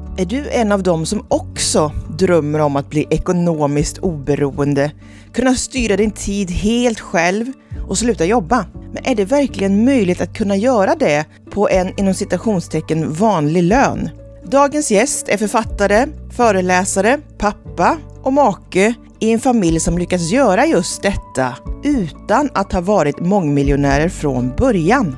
Är du en av dem som också drömmer om att bli ekonomiskt oberoende, kunna styra din tid helt själv och sluta jobba? Men är det verkligen möjligt att kunna göra det på en inom citationstecken vanlig lön? Dagens gäst är författare, föreläsare, pappa och make i en familj som lyckats göra just detta utan att ha varit mångmiljonärer från början.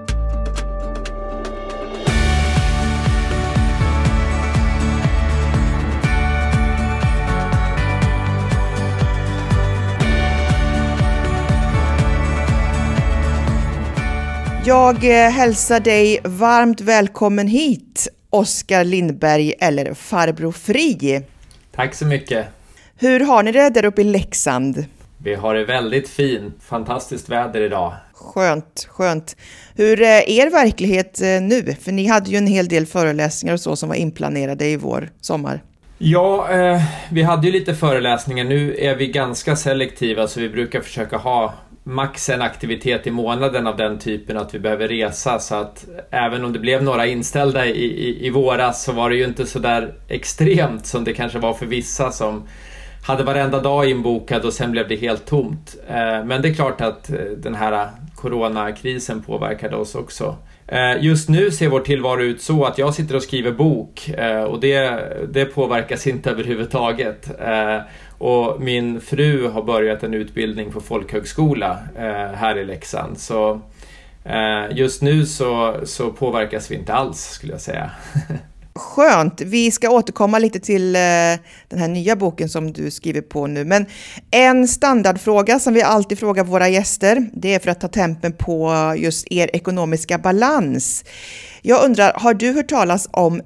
Jag hälsar dig varmt välkommen hit, Oskar Lindberg eller Farbror Fri. Tack så mycket. Hur har ni det där uppe i Leksand? Vi har det väldigt fint, fantastiskt väder idag. Skönt. Hur är er verklighet nu? För ni hade ju en hel del föreläsningar och så som var inplanerade i vår sommar. Ja, vi hade ju lite föreläsningar. Nu är vi ganska selektiva så vi brukar försöka ha max en aktivitet i månaden av den typen att vi behöver resa, så att även om det blev några inställda i våras så var det ju inte så där extremt som det kanske var för vissa som hade varenda dag inbokad och sen blev det helt tomt. Men det är klart att den här coronakrisen påverkade oss också. Just nu ser vår tillvaro ut så att jag sitter och skriver bok och det påverkas inte överhuvudtaget. Och min fru har börjat en utbildning på folkhögskola här i Leksand. Så just nu så påverkas vi inte alls, skulle jag säga. Skönt. Vi ska återkomma lite till den här nya boken som du skriver på nu. Men en standardfråga som vi alltid frågar våra gäster, det är för att ta tempen på just er ekonomiska balans. Jag undrar, har du hört talas om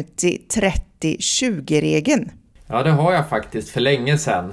50-30-20-regeln? Ja, det har jag faktiskt för länge sedan.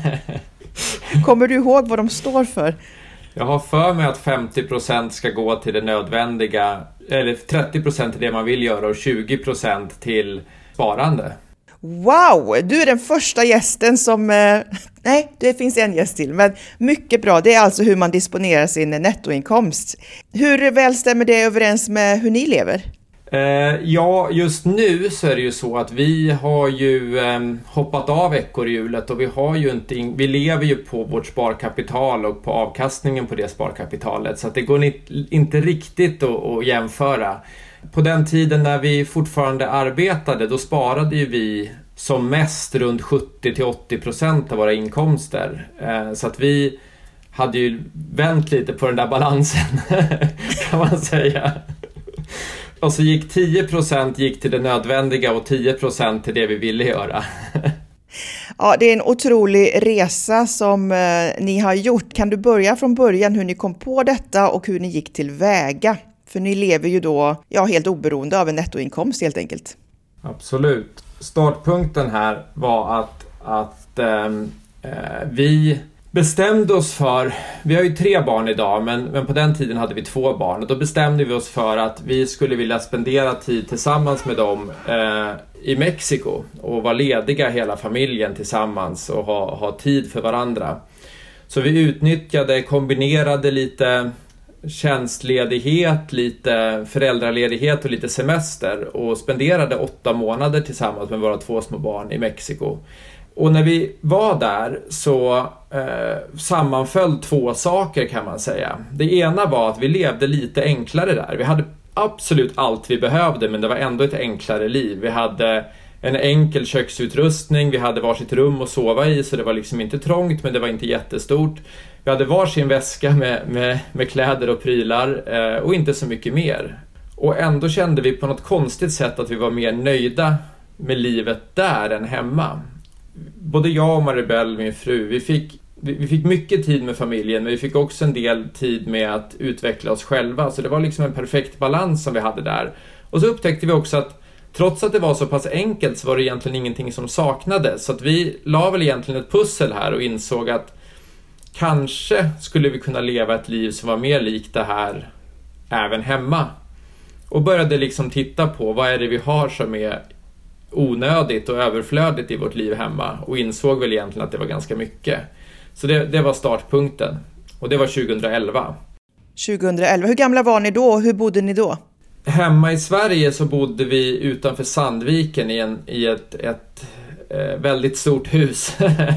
Kommer du ihåg vad de står för? Jag har för mig att 50% ska gå till det nödvändiga, eller 30% till det man vill göra och 20% till sparande. Wow, du är den första gästen som... nej, det finns en gäst till, men mycket bra. Det är alltså hur man disponerar sin nettoinkomst. Hur väl stämmer det överens med hur ni lever? Ja, just nu så är det ju så att vi har ju hoppat av ekorrhjulet och vi lever ju på vårt sparkapital och på avkastningen på det sparkapitalet, så att det går inte riktigt att jämföra. På den tiden när vi fortfarande arbetade, då sparade ju vi som mest runt 70-80% av våra inkomster, så att vi hade ju vänt lite på den där balansen kan man säga. Och så gick 10% till det nödvändiga och 10% till det vi ville göra. Ja, det är en otrolig resa som ni har gjort. Kan du börja från början hur ni kom på detta och hur ni gick till väga? För ni lever ju då helt oberoende av en nettoinkomst helt enkelt. Absolut. Startpunkten här var att vi bestämde oss för, vi har ju 3 barn idag men på den tiden hade vi 2 barn och då bestämde vi oss för att vi skulle vilja spendera tid tillsammans med dem i Mexiko och vara lediga hela familjen tillsammans och ha tid för varandra. Så vi kombinerade lite tjänstledighet, lite föräldraledighet och lite semester och spenderade 8 månader tillsammans med våra 2 små barn i Mexiko. Och när vi var där så sammanföll 2 saker kan man säga. Det ena var att vi levde lite enklare där. Vi hade absolut allt vi behövde, men det var ändå ett enklare liv. Vi hade en enkel köksutrustning, vi hade varsitt rum att sova i, så det var liksom inte trångt men det var inte jättestort. Vi hade varsin väska med kläder och prylar och inte så mycket mer. Och ändå kände vi på något konstigt sätt att vi var mer nöjda med livet där än hemma. Både jag och Maribel, min fru, vi fick mycket tid med familjen, men vi fick också en del tid med att utveckla oss själva. Så det var liksom en perfekt balans som vi hade där. Och så upptäckte vi också att trots att det var så pass enkelt så var det egentligen ingenting som saknades. Så att vi la väl egentligen ett pussel här och insåg att kanske skulle vi kunna leva ett liv som var mer likt det här även hemma. Och började liksom titta på vad är det vi har som är onödigt och överflödigt i vårt liv hemma, och insåg väl egentligen att det var ganska mycket. Så det var startpunkten, och det var 2011. 2011, hur gamla var ni då och hur bodde ni då? hemma i Sverige så bodde vi utanför Sandviken i ett väldigt stort hus.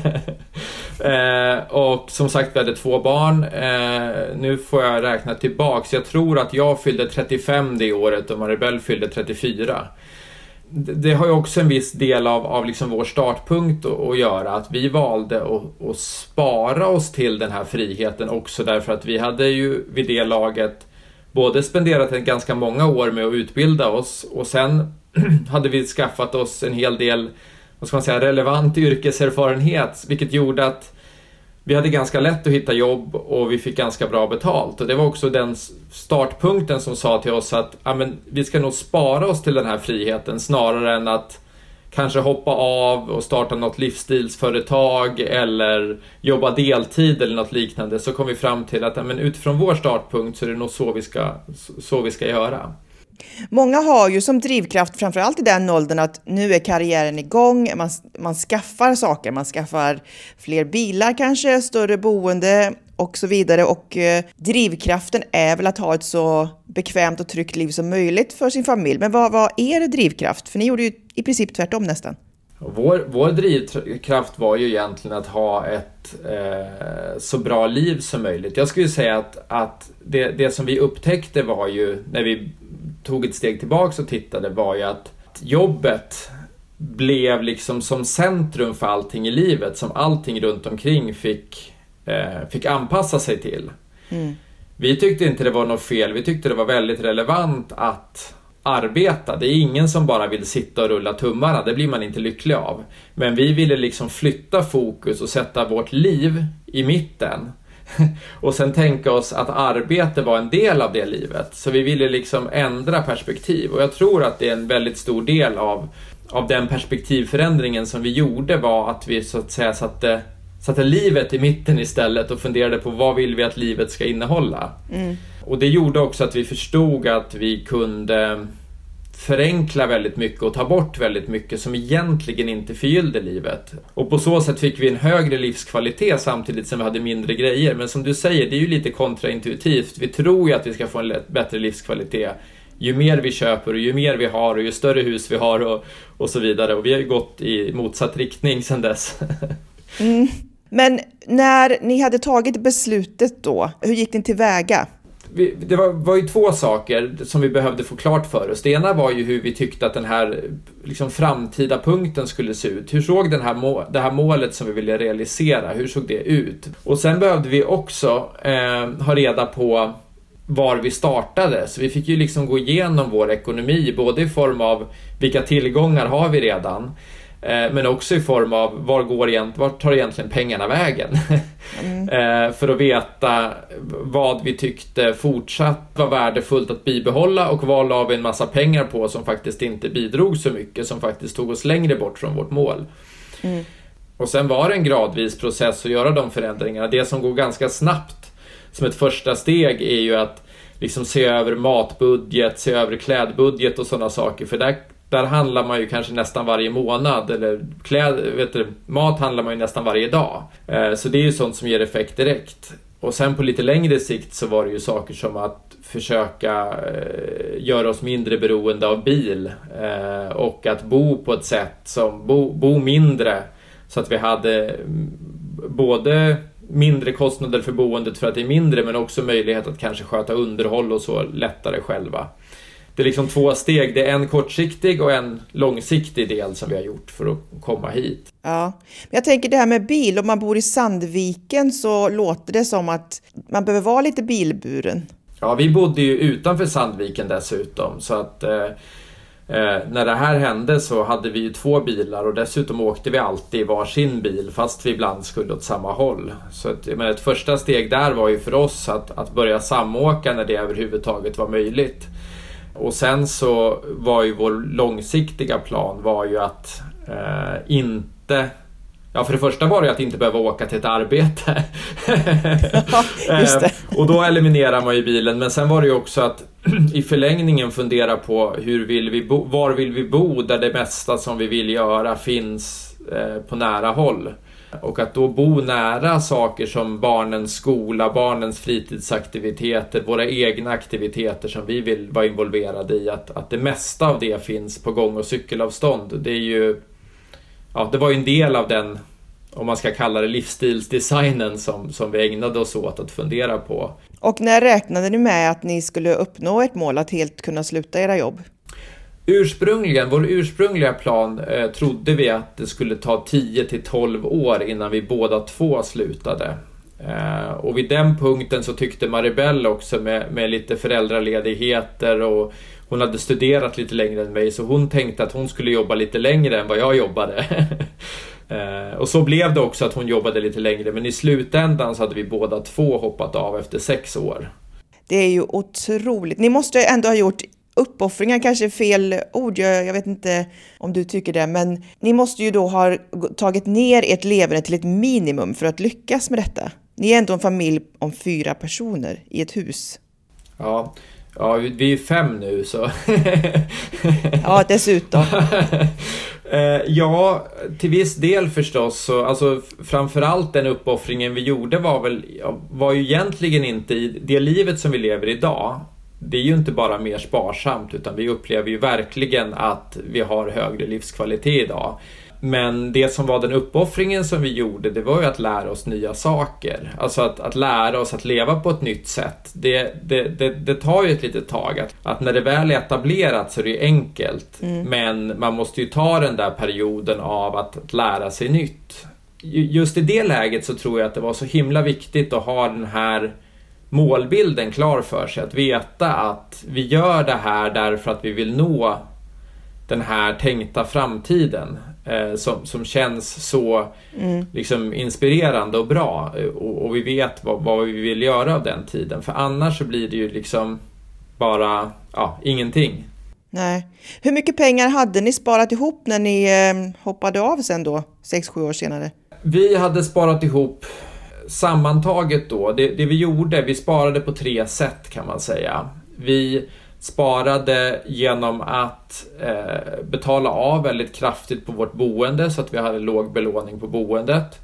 Och som sagt, vi hade 2 barn. Nu får jag räkna tillbaks. Jag tror att jag fyllde 35 det året och Maribel fyllde 34. Det har ju också en viss del av liksom vår startpunkt att göra, att vi valde att spara oss till den här friheten också, därför att vi hade ju vid det laget både spenderat ett ganska många år med att utbilda oss, och sen hade vi skaffat oss en hel del, vad ska man säga, relevant yrkeserfarenhet, vilket gjorde att vi hade ganska lätt att hitta jobb och vi fick ganska bra betalt. Och det var också den startpunkten som sa till oss att vi ska nog spara oss till den här friheten snarare än att kanske hoppa av och starta något livsstilsföretag eller jobba deltid eller något liknande. Så kom vi fram till att utifrån vår startpunkt så är det nog så vi ska göra. Många har ju som drivkraft, framförallt i den åldern, att nu är karriären igång, man skaffar saker, man skaffar fler bilar kanske, större boende och så vidare, och drivkraften är väl att ha ett så bekvämt och tryggt liv som möjligt för sin familj. Men vad är det drivkraft? För ni gjorde ju i princip tvärtom nästan. Vår drivkraft var ju egentligen att ha ett så bra liv som möjligt. Jag skulle säga att det som vi upptäckte var ju, när vi tog ett steg tillbaka och tittade, var ju att jobbet blev liksom som centrum för allting i livet, som allting runt omkring fick anpassa sig till. Vi tyckte inte det var något fel, vi tyckte det var väldigt relevant att arbeta. Det är ingen som bara vill sitta och rulla tummarna, det blir man inte lycklig av. Men vi ville liksom flytta fokus och sätta vårt liv i mitten. Och sen tänka oss att arbete var en del av det livet. Så vi ville liksom ändra perspektiv. Och jag tror att det är en väldigt stor del av den perspektivförändringen som vi gjorde, var att vi så att säga satte livet i mitten istället och funderade på vad vill vi att livet ska innehålla. Och det gjorde också att vi förstod att vi kunde förenkla väldigt mycket och ta bort väldigt mycket som egentligen inte förgyllde livet. Och på så sätt fick vi en högre livskvalitet samtidigt som vi hade mindre grejer. Men som du säger, det är ju lite kontraintuitivt. Vi tror ju att vi ska få en bättre livskvalitet ju mer vi köper och ju mer vi har och ju större hus vi har och så vidare. Och vi har ju gått i motsatt riktning sedan dess. Men när ni hade tagit beslutet då, hur gick ni tillväga? Det var ju 2 saker som vi behövde få klart för oss. Det ena var ju hur vi tyckte att den här liksom framtida punkten skulle se ut. Hur såg det här målet som vi ville realisera, hur såg det ut? Och sen behövde vi också ha reda på var vi startade. Så vi fick ju liksom gå igenom vår ekonomi, både i form av vilka tillgångar har vi redan, men också i form av var tar egentligen pengarna vägen. För att veta vad vi tyckte fortsatt var värdefullt att bibehålla och vad la vi en massa pengar på som faktiskt inte bidrog så mycket, som faktiskt tog oss längre bort från vårt mål. Och sen var det en gradvis process att göra de förändringarna. Det som går ganska snabbt som ett första steg är ju att liksom se över matbudget, se över klädbudget och sådana saker, för där handlar man ju kanske nästan varje månad, eller mat handlar man ju nästan varje dag. Så det är ju sånt som ger effekt direkt. Och sen på lite längre sikt så var det ju saker som att försöka göra oss mindre beroende av bil, och att bo på ett sätt som bo mindre, så att vi hade både mindre kostnader för boendet för att det är mindre, men också möjlighet att kanske sköta underhåll och så lättare själva. Det är liksom 2 steg. Det är en kortsiktig och en långsiktig del som vi har gjort för att komma hit. Ja, men jag tänker det här med bil. Om man bor i Sandviken så låter det som att man behöver vara lite bilburen. Ja, vi bodde ju utanför Sandviken dessutom. Så att när det här hände så hade vi ju 2 bilar, och dessutom åkte vi alltid i varsin bil fast vi ibland skulle åt samma håll. Så ett första steg där var ju för oss att börja samåka när det överhuvudtaget var möjligt. Och sen så var ju vår långsiktiga plan var ju att inte... Ja, för det första var det att inte behöva åka till ett arbete. Ja, just det. Och då eliminerar man ju bilen. Men sen var det ju också att i förlängningen fundera på var vill vi bo där det mesta som vi vill göra finns på nära håll. Och att då bo nära saker som barnens skola, barnens fritidsaktiviteter, våra egna aktiviteter som vi vill vara involverade i, att det mesta av det finns på gång- och cykelavstånd. Det är ju, ja, det var ju en del av den, om man ska kalla det, livsstilsdesignen som vi ägnade oss åt att fundera på. Och när räknade ni med att ni skulle uppnå ett mål att helt kunna sluta era jobb? Vår ursprungliga plan trodde vi att det skulle ta 10-12 år innan vi båda två slutade. Och vid den punkten så tyckte Maribel också med lite föräldraledigheter, och hon hade studerat lite längre än mig, så hon tänkte att hon skulle jobba lite längre än vad jag jobbade. Och så blev det också, att hon jobbade lite längre, men i slutändan så hade vi båda två hoppat av efter 6 år. Det är ju otroligt. Ni måste ändå ha gjort uppoffringar, kanske fel ord, jag vet inte om du tycker det, men ni måste ju då ha tagit ner ert leverne till ett minimum för att lyckas med detta. Ni är ändå en familj om 4 personer i ett hus. Ja, vi är 5 nu så. Ja, dessutom. Ja, till viss del förstås. Så, alltså, framförallt den uppoffringen vi gjorde var ju egentligen inte i det livet som vi lever idag. Det är ju inte bara mer sparsamt, utan vi upplever ju verkligen att vi har högre livskvalitet idag. Men det som var den uppoffringen som vi gjorde, det var ju att lära oss nya saker. Alltså att lära oss att leva på ett nytt sätt. Det tar ju ett litet tag. Att när det väl är etablerat så är det enkelt. Men man måste ju ta den där perioden av att lära sig nytt. Just i det läget så tror jag att det var så himla viktigt att ha den här målbilden klar för sig. Att veta att vi gör det här därför att vi vill nå den här tänkta framtiden som känns så liksom inspirerande och bra, och vi vet vad vi vill göra av den tiden, för annars så blir det ju liksom bara ingenting. Nej. Hur mycket pengar hade ni sparat ihop när ni hoppade av sen då, 6-7 år senare? Vi hade sparat ihop sammantaget då, det vi gjorde, vi sparade på 3 sätt kan man säga. Vi sparade genom att betala av väldigt kraftigt på vårt boende så att vi hade låg belåning på boendet.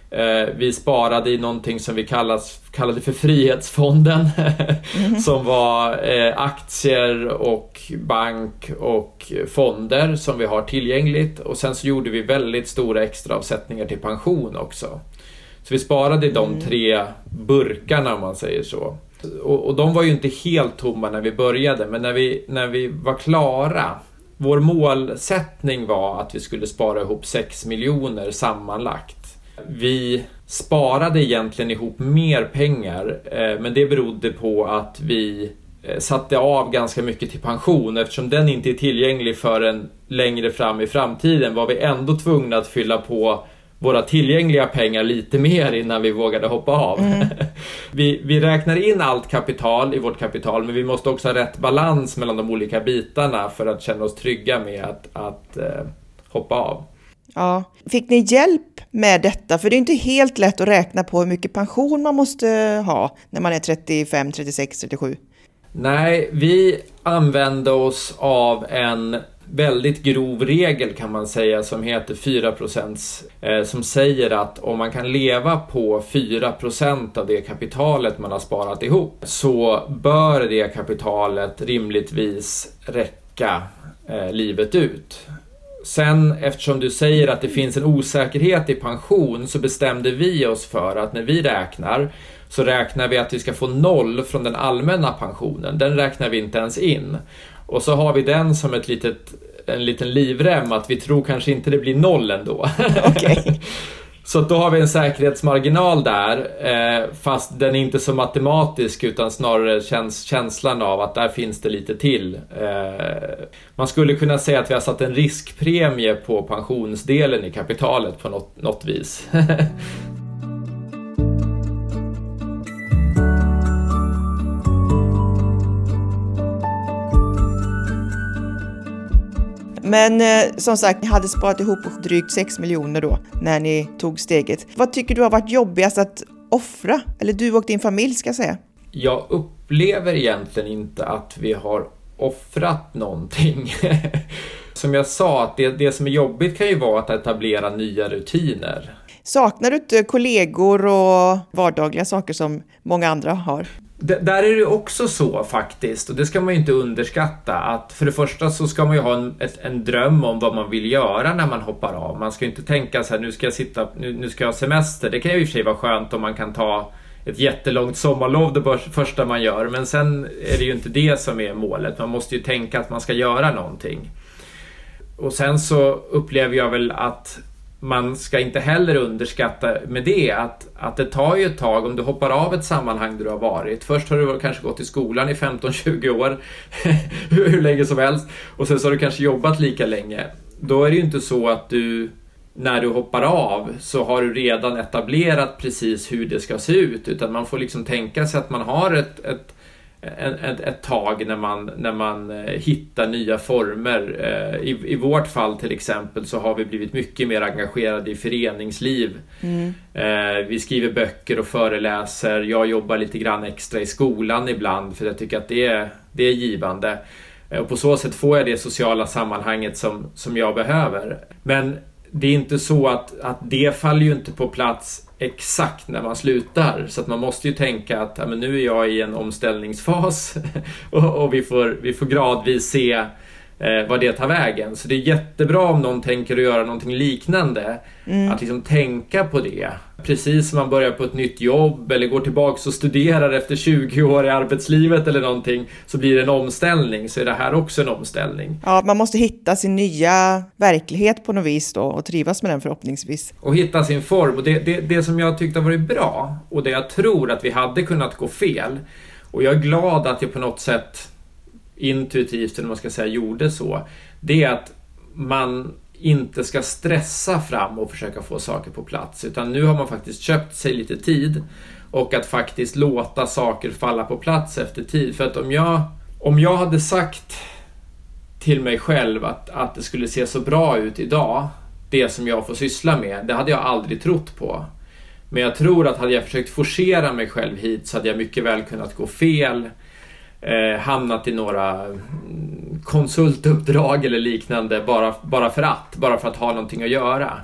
Vi sparade i någonting som vi kallade för Frihetsfonden som var aktier och bank och fonder som vi har tillgängligt. Och sen så gjorde vi väldigt stora extraavsättningar till pension också. Så vi sparade i de 3 burkarna om man säger så. Och de var ju inte helt tomma när vi började, men när vi var klara, vår målsättning var att vi skulle spara ihop 6 miljoner sammanlagt. Vi sparade egentligen ihop mer pengar, men det berodde på att vi satte av ganska mycket till pension. Eftersom den inte är tillgänglig förrän längre fram i framtiden var vi ändå tvungna att fylla på våra tillgängliga pengar lite mer innan vi vågade hoppa av. Vi räknar in allt kapital i vårt kapital, men vi måste också ha rätt balans mellan de olika bitarna för att känna oss trygga med att hoppa av. Ja. Fick ni hjälp med detta? För det är inte helt lätt att räkna på hur mycket pension man måste ha när man är 35, 36, 37. Nej, vi använde oss av en väldigt grov regel kan man säga som heter 4%, som säger att om man kan leva på 4% av det kapitalet man har sparat ihop så bör det kapitalet rimligtvis räcka livet ut. Sen eftersom du säger att det finns en osäkerhet i pension så bestämde vi oss för att när vi räknar så räknar vi att vi ska få 0 från den allmänna pensionen. Den räknar vi inte ens in. Och så har vi den som en liten livrem att vi tror kanske inte det blir 0 ändå. Okay. Så då har vi en säkerhetsmarginal där, fast den är inte så matematisk utan snarare känslan av att där finns det lite till. Man skulle kunna säga att vi har satt en riskpremie på pensionsdelen i kapitalet på något vis. Men som sagt, ni hade sparat ihop drygt 6 miljoner då när ni tog steget. Vad tycker du har varit jobbigast att offra? Eller du och din familj ska säga. Jag upplever egentligen inte att vi har offrat någonting. Som jag sa, att det som är jobbigt kan ju vara att etablera nya rutiner. Saknar du inte kollegor och vardagliga saker som många andra har? Där är det också så faktiskt, och det ska man ju inte underskatta, att för det första så ska man ju ha en dröm om vad man vill göra när man hoppar av. Man ska ju inte tänka så här, nu ska jag ha semester. Det kan ju i och för sig vara skönt om man kan ta ett jättelångt sommarlov det första man gör, men sen är det ju inte det som är målet. Man måste ju tänka att man ska göra någonting. Och sen så upplever jag väl att man ska inte heller underskatta med det att det tar ju ett tag om du hoppar av ett sammanhang där du har varit. Först har du kanske gått i skolan i 15-20 år, hur länge som helst, och sen så har du kanske jobbat lika länge. Då är det ju inte så att du, när du hoppar av, så har du redan etablerat precis hur det ska se ut, utan man får liksom tänka sig att man har ett tag när man hittar nya former. I vårt fall till exempel så har vi blivit mycket mer engagerade i föreningsliv. Vi skriver böcker och föreläser. Jag jobbar lite grann extra i skolan ibland för jag tycker att det är givande. Och på så sätt får jag det sociala sammanhanget som jag behöver. Men det är inte så att det faller ju inte på plats exakt när man slutar. Så att man måste ju tänka att men nu är jag i en omställningsfas och vi får gradvis se vad det tar vägen. Så det är jättebra om någon tänker att göra någonting liknande. Att liksom tänka på det. Precis som man börjar på ett nytt jobb eller går tillbaka och studerar efter 20 år i arbetslivet eller någonting, så blir det en omställning. Så är det här också en omställning. Ja, man måste hitta sin nya verklighet på något vis då och trivas med den förhoppningsvis. Och hitta sin form. Och det som jag tyckte har varit bra och det jag tror att vi hade kunnat gå fel, och jag är glad att jag på något sätt intuitivt, eller man ska säga, gjorde så, det är att man inte ska stressa fram och försöka få saker på plats, utan nu har man faktiskt köpt sig lite tid och att faktiskt låta saker falla på plats efter tid. För att om jag hade sagt till mig själv att det skulle se så bra ut idag, det som jag får syssla med, det hade jag aldrig trott på. Men jag tror att hade jag försökt forcera mig själv hit så hade jag mycket väl kunnat gå fel, hamnat i några konsultuppdrag eller liknande bara för att ha någonting att göra.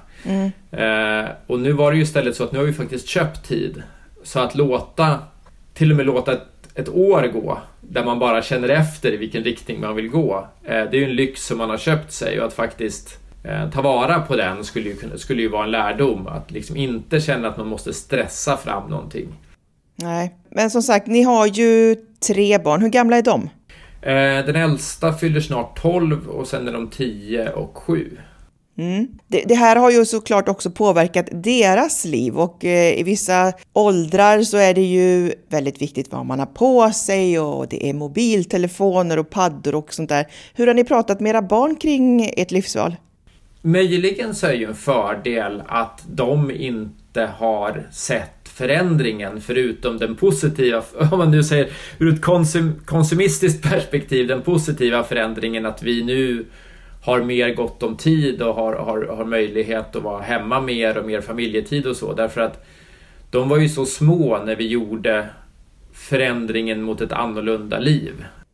Och nu var det ju istället så att nu har vi faktiskt köpt tid, så att till och med låta ett år gå där man bara känner efter i vilken riktning man vill gå, det är ju en lyx som man har köpt sig, och att faktiskt ta vara på den skulle ju vara en lärdom, att liksom inte känna att man måste stressa fram någonting. Nej, men som sagt, ni har ju 3 barn. Hur gamla är de? Den äldsta fyller snart 12 och sen är de 10 och 7. Det här har ju såklart också påverkat deras liv, och i vissa åldrar så är det ju väldigt viktigt vad man har på sig, och det är mobiltelefoner och paddor och sånt där. Hur har ni pratat med era barn kring ert livsval? Möjligen så är ju en fördel att de inte har sett förändringen, förutom den positiva, om man nu säger ur ett konsumistiskt perspektiv, den positiva förändringen att vi nu har mer gott om tid och har möjlighet att vara hemma mer och mer familjetid och så. Därför att de var ju så små när vi gjorde förändringen mot ett annorlunda liv.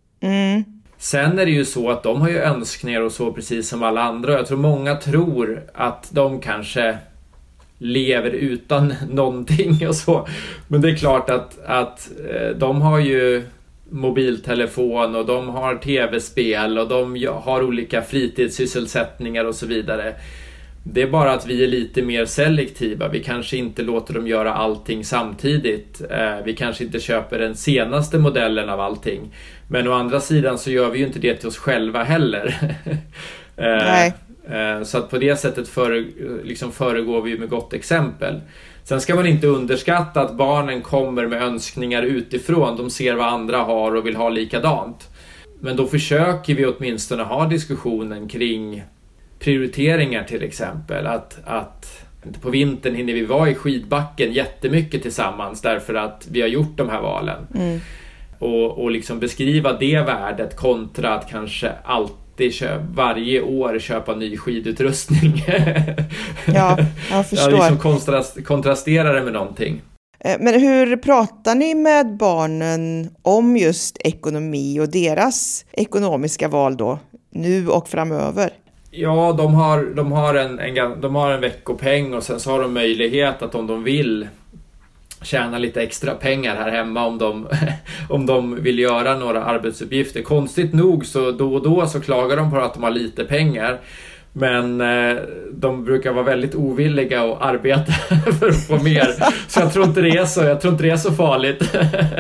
Sen är det ju så att de har ju önskningar och så, precis som alla andra. Jag tror många tror att de kanske lever utan någonting och så. Men det är klart att de har ju mobiltelefon och de har tv-spel och de har olika fritidssysselsättningar och så vidare. Det är bara att vi är lite mer selektiva. Vi kanske inte låter dem göra allting samtidigt. Vi kanske inte köper den senaste modellen av allting. Men å andra sidan så gör vi ju inte det till oss själva heller. Nej. Så att på det sättet föregår vi med gott exempel. Sen ska man inte underskatta att barnen kommer med önskningar utifrån. De ser vad andra har och vill ha likadant. Men då försöker vi åtminstone ha diskussionen kring prioriteringar till exempel. Att på vintern hinner vi vara i skidbacken jättemycket tillsammans därför att vi har gjort de här valen. Och liksom beskriva det värdet kontra att kanske alltid varje år köpa ny skidutrustning. Ja, jag förstår. Ja, liksom kontrastera det med någonting. Men hur pratar ni med barnen om just ekonomi och deras ekonomiska val då, nu och framöver? Ja, de har en veckopeng och sen så har de möjlighet att om de vill tjäna lite extra pengar här hemma om de vill göra några arbetsuppgifter. Konstigt nog så då och då så klagar de på att de har lite pengar. Men de brukar vara väldigt ovilliga att arbeta för att få mer. Så jag tror inte det är så farligt.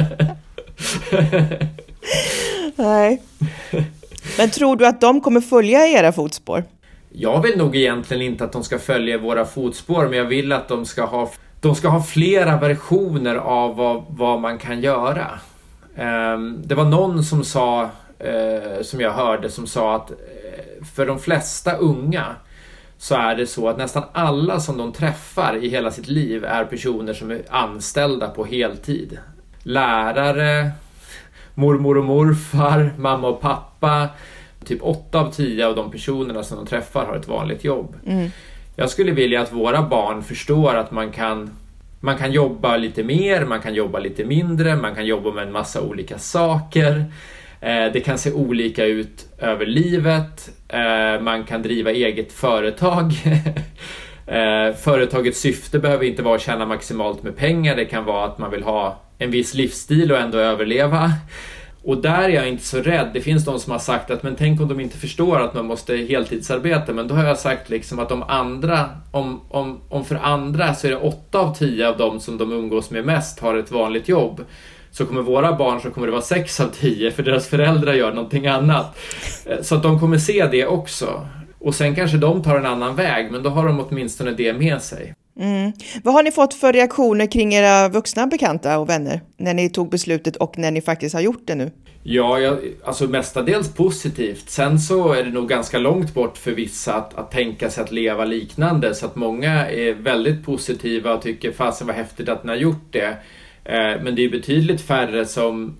Nej. Men tror du att de kommer följa era fotspår? Jag vill nog egentligen inte att de ska följa våra fotspår, men jag vill att de ska ha flera versioner av vad man kan göra. Det var någon som sa, som jag hörde, som sa att för de flesta unga så är det så att nästan alla som de träffar i hela sitt liv är personer som är anställda på heltid. Lärare, mormor och morfar, mamma och pappa. Typ 8 av 10 av de personerna som de träffar har ett vanligt jobb. Jag skulle vilja att våra barn förstår att man kan jobba lite mer, man kan jobba lite mindre, man kan jobba med en massa olika saker. Det kan se olika ut över livet. Man kan driva eget företag. Företagets syfte behöver inte vara att tjäna maximalt med pengar. Det kan vara att man vill ha en viss livsstil och ändå överleva. Och där är jag inte så rädd. Det finns de som har sagt att men tänk om de inte förstår att man måste heltidsarbeta. Men då har jag sagt liksom att om för andra så är det 8 av 10 av dem som de umgås med mest har ett vanligt jobb. Så kommer våra barn så kommer det vara 6 av 10 för deras föräldrar gör någonting annat. Så att de kommer se det också. Och sen kanske de tar en annan väg, men då har de åtminstone det med sig. Vad har ni fått för reaktioner kring era vuxna bekanta och vänner när ni tog beslutet och när ni faktiskt har gjort det nu? Ja, alltså mestadels positivt. Sen så är det nog ganska långt bort för vissa att tänka sig att leva liknande. Så att många är väldigt positiva och tycker fasen var häftigt att ni har gjort det. Men det är betydligt färre som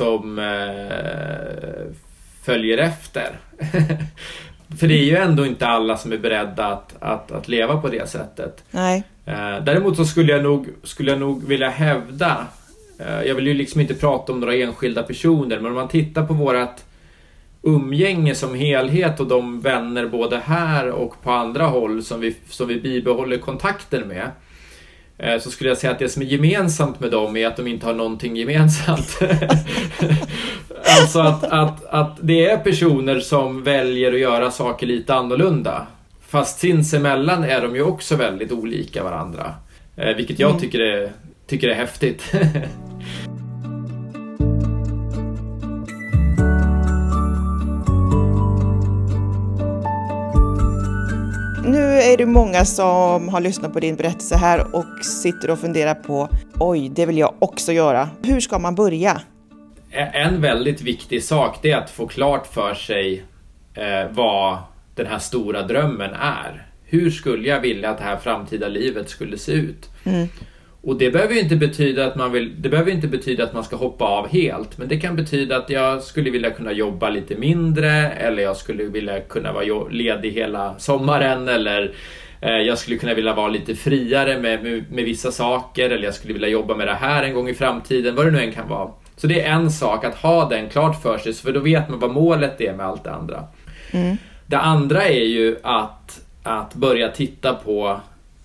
följer efter. För det är ju ändå inte alla som är beredda att leva på det sättet. Nej. Däremot så skulle jag nog vilja hävda, jag vill ju liksom inte prata om några enskilda personer, men om man tittar på vårat umgänge som helhet och de vänner både här och på andra håll som vi bibehåller kontakter med, så skulle jag säga att det som är gemensamt med dem är att de inte har någonting gemensamt. Alltså att det är personer som väljer att göra saker lite annorlunda. Fast sinsemellan är de ju också väldigt olika varandra. Vilket jag tycker är häftigt. Nu är det många som har lyssnat på din berättelse här och sitter och funderar på oj, det vill jag också göra. Hur ska man börja? En väldigt viktig sak det är att få klart för sig vad den här stora drömmen är. Hur skulle jag vilja att det här framtida livet skulle se ut? Och det behöver ju inte betyda att man ska hoppa av helt. Men det kan betyda att jag skulle vilja kunna jobba lite mindre. Eller jag skulle vilja kunna vara ledig hela sommaren. Eller jag skulle kunna vilja vara lite friare med vissa saker. Eller jag skulle vilja jobba med det här en gång i framtiden. Vad det nu än kan vara. Så det är en sak att ha den klart för sig. För då vet man vad målet är med allt det andra. Det andra är ju att börja titta på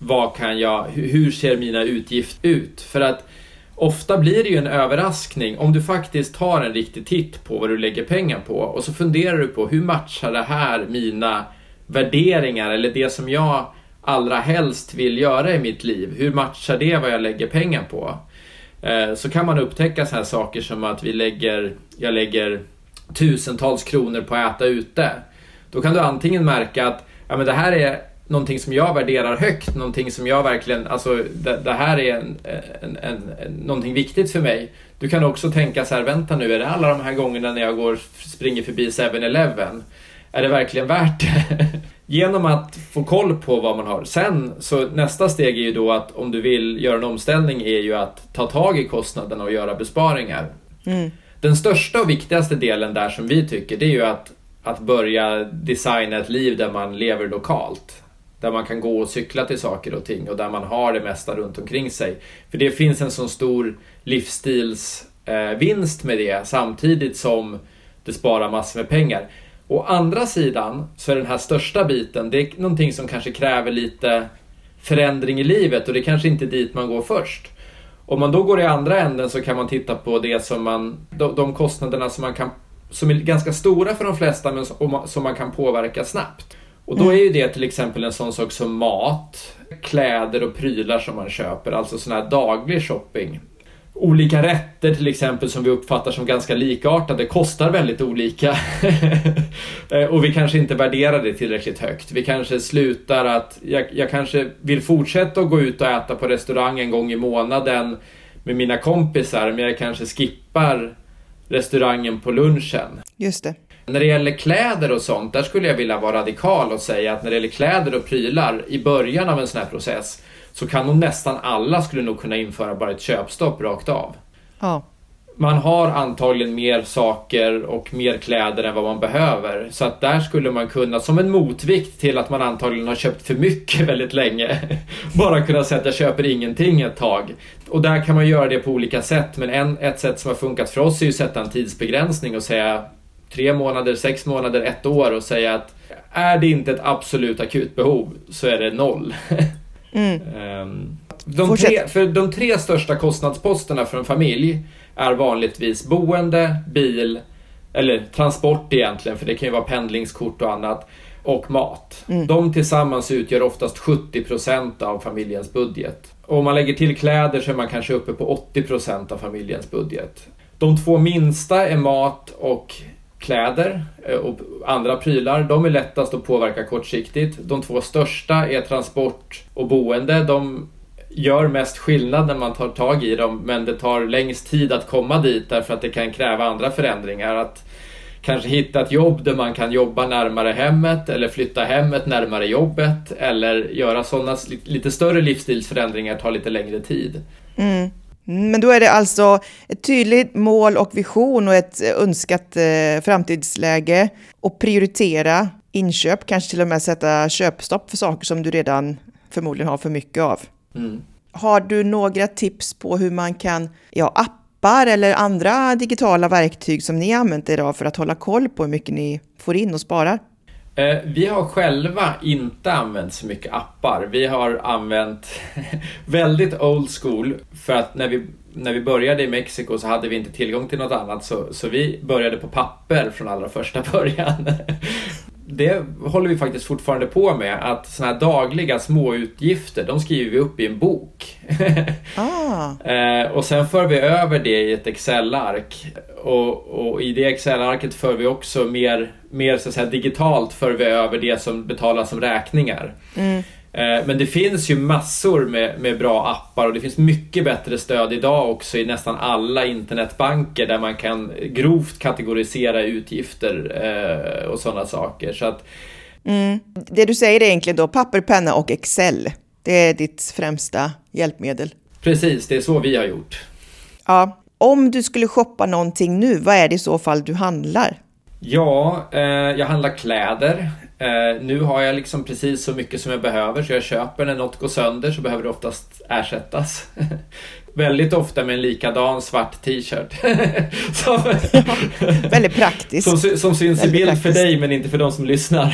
hur ser mina utgifter ut? För att ofta blir det ju en överraskning om du faktiskt tar en riktig titt på vad du lägger pengar på och så funderar du på hur matchar det här mina värderingar eller det som jag allra helst vill göra i mitt liv. Hur matchar det vad jag lägger pengar på? Så kan man upptäcka så här saker som att jag lägger tusentals kronor på att äta ute. Då kan du antingen märka att men det här är någonting som jag värderar högt, någonting som jag verkligen, alltså det här är någonting viktigt för mig. Du kan också tänka så här, vänta nu, är det alla de här gångerna när jag springer förbi 7-Eleven? Är det verkligen värt det? Genom att få koll på vad man har. Sen, så nästa steg är ju då att om du vill göra en omställning är ju att ta tag i kostnaderna och göra besparingar. Den största och viktigaste delen där som vi tycker, det är ju att börja designa ett liv där man lever lokalt. Där man kan gå och cykla till saker och ting och där man har det mesta runt omkring sig. För det finns en sån stor livsstilsvinst med det samtidigt som det sparar massor med pengar. Å andra sidan så är den här största biten, det är någonting som kanske kräver lite förändring i livet och det kanske inte är dit man går först. Om man då går i andra änden så kan man titta på det som de kostnaderna som är ganska stora för de flesta men som man kan påverka snabbt. Och då är ju det till exempel en sån sak som mat, kläder och prylar som man köper, alltså sån här daglig shopping. Olika rätter till exempel som vi uppfattar som ganska likartade kostar väldigt olika och vi kanske inte värderar det tillräckligt högt. Vi kanske slutar att, jag kanske vill fortsätta att gå ut och äta på restaurang en gång i månaden med mina kompisar, men jag kanske skippar restaurangen på lunchen. Just det. När det gäller kläder och sånt, där skulle jag vilja vara radikal och säga att när det gäller kläder och prylar i början av en sån här process så kan nog nästan alla skulle nog kunna införa bara ett köpstopp rakt av. Ja. Man har antagligen mer saker och mer kläder än vad man behöver. Så att där skulle man kunna, som en motvikt till att man antagligen har köpt för mycket väldigt länge, bara kunna säga att jag köper ingenting ett tag. Och där kan man göra det på olika sätt. Men ett sätt som har funkat för oss är ju att sätta en tidsbegränsning och säga 3 månader, 6 månader, 1 år och säga att är det inte ett absolut akut behov så är det 0. De 3 största kostnadsposterna för en familj är vanligtvis boende, bil eller transport egentligen, för det kan ju vara pendlingskort och annat, och mat. De tillsammans utgör oftast 70% av familjens budget. Och om man lägger till kläder så är man kanske uppe på 80% av familjens budget. De 2 minsta är mat och kläder och andra prylar. De är lättast att påverka kortsiktigt. De 2 största är transport och boende. De gör mest skillnad när man tar tag i dem, men det tar längst tid att komma dit därför att det kan kräva andra förändringar. Att kanske hitta ett jobb där man kan jobba närmare hemmet eller flytta hemmet närmare jobbet eller göra sådana lite större livsstilsförändringar tar lite längre tid. Men då är det alltså ett tydligt mål och vision och ett önskat framtidsläge och prioritera inköp, kanske till och med sätta köpstopp för saker som du redan förmodligen har för mycket av. Har du några tips på hur man kan, appar eller andra digitala verktyg som ni använder idag för att hålla koll på hur mycket ni får in och sparar? Vi har själva inte använt så mycket appar. Vi har använt väldigt old school, för att när vi började i Mexiko så hade vi inte tillgång till något annat, så vi började på papper från allra första början. Det håller vi faktiskt fortfarande på med, att såna här dagliga småutgifter, de skriver vi upp i en bok. Och sen för vi över det i ett Excel-ark. Och i det Excel-arket för vi också mer så att säga, digitalt för vi över det som betalas som räkningar. Men det finns ju massor med bra appar och det finns mycket bättre stöd idag också i nästan alla internetbanker där man kan grovt kategorisera utgifter och sådana saker. Så att, Det du säger är egentligen då papper, penna och Excel. Det är ditt främsta hjälpmedel. Precis, det är så vi har gjort. Ja. Om du skulle shoppa någonting nu, vad är det i så fall du handlar? Ja, jag handlar kläder. Nu har jag liksom precis så mycket som jag behöver, så jag köper när något går sönder så behöver det oftast ersättas. Väldigt ofta med en likadan svart t-shirt. Väldigt praktiskt. Som syns i bild för dig men inte för de som lyssnar.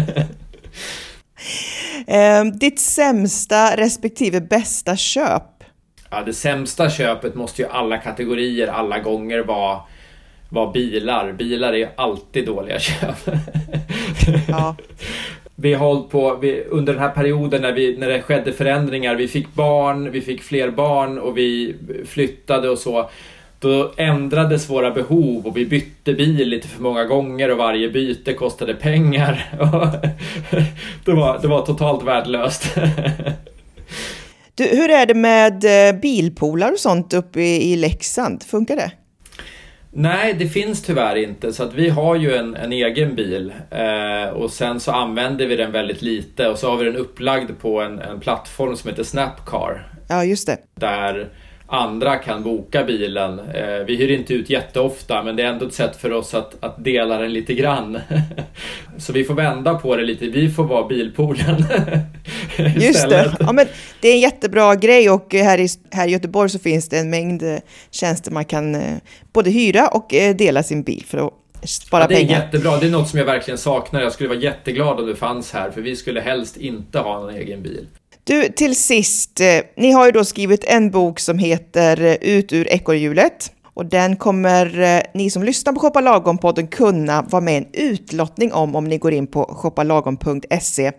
Ditt sämsta respektive bästa köp? Ja, det sämsta köpet måste ju alla kategorier alla gånger vara bilar. Bilar är alltid dåliga köp. Ja. Vi har hållit på under den här perioden när det skedde förändringar. Vi fick fler barn och vi flyttade och så. Då ändrades våra behov och vi bytte bil lite för många gånger och varje byte kostade pengar. Det var totalt värdelöst. Du, hur är det med bilpoolar och sånt uppe i Leksand? Funkar det? Nej, det finns tyvärr inte. Så att vi har ju en egen bil och sen så använder vi den väldigt lite. Och så har vi den upplagd på en plattform som heter Snapcar. Ja, just det. Där andra kan boka bilen. Vi hyr inte ut jätteofta, men det är ändå ett sätt för oss att dela den lite grann. Så vi får vända på det lite. Vi får vara bilpoolen. Just det. Ja, men det är en jättebra grej och här i Göteborg så finns det en mängd tjänster man kan både hyra och dela sin bil för att spara pengar. Det är jättebra, det är något som jag verkligen saknar. Jag skulle vara jätteglad om du fanns här, för vi skulle helst inte ha någon egen bil. Du, till sist, ni har ju då skrivit en bok som heter Ut ur ekorrhjulet. Och den kommer ni som lyssnar på Shoppa Lagom-podden kunna vara med i en utlottning om ni går in på shoppalagom.se.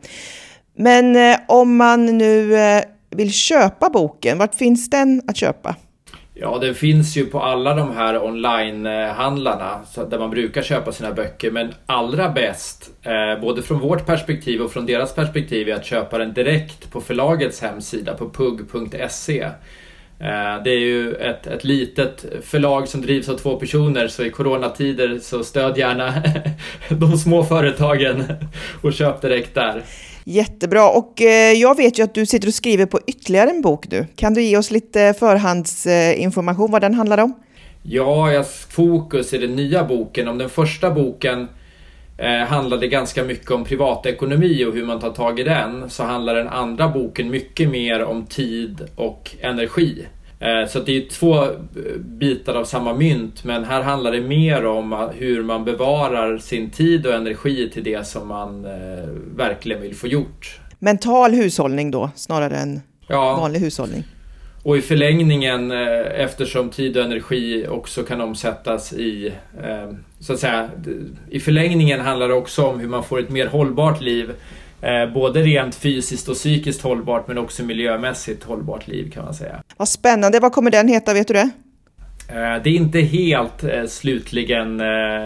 Men om man nu vill köpa boken, vart finns den att köpa? Ja, den finns ju på alla de här online-handlarna där man brukar köpa sina böcker. Men allra bäst, både från vårt perspektiv och från deras perspektiv, är att köpa den direkt på förlagets hemsida på pugg.se. Det är ju ett litet förlag som drivs av 2 personer, så i coronatider så stöd gärna de små företagen och köp direkt där. Jättebra, och jag vet ju att du sitter och skriver på ytterligare en bok nu. Kan du ge oss lite förhandsinformation vad den handlar om? Ja, fokus i den nya boken. Om den första boken handlade ganska mycket om privatekonomi och hur man tar tag i den, så handlar den andra boken mycket mer om tid och energi. Så det är 2 bitar av samma mynt, men här handlar det mer om hur man bevarar sin tid och energi till det som man verkligen vill få gjort. Mental hushållning då, snarare än vanlig hushållning. Och i förlängningen, eftersom tid och energi också kan omsättas i, så att säga, i förlängningen handlar det också om hur man får ett mer hållbart liv. Både rent fysiskt och psykiskt hållbart, men också miljömässigt hållbart liv, kan man säga. Vad spännande, vad kommer den heta, vet du det? Det är inte helt slutligen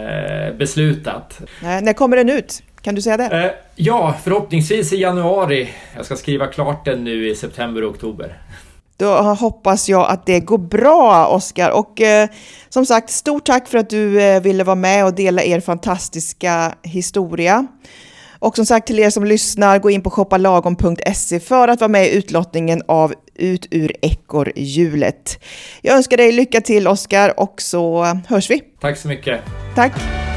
beslutat. När kommer den ut? Kan du säga det? Ja, förhoppningsvis i januari. Jag ska skriva klart den nu i september och oktober. Då hoppas jag att det går bra, Oskar. Och som sagt, stort tack för att du ville vara med och dela er fantastiska historia. Och som sagt, till er som lyssnar, gå in på shoppalagom.se för att vara med i utlottningen av Ut ur ekorrhjulet. Jag önskar dig lycka till, Oskar, och så hörs vi. Tack så mycket. Tack.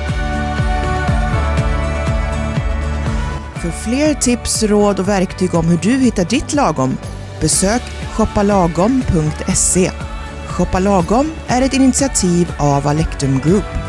För fler tips, råd och verktyg om hur du hittar ditt lagom, besök shoppalagom.se. Shoppa Lagom är ett initiativ av Alectum Group.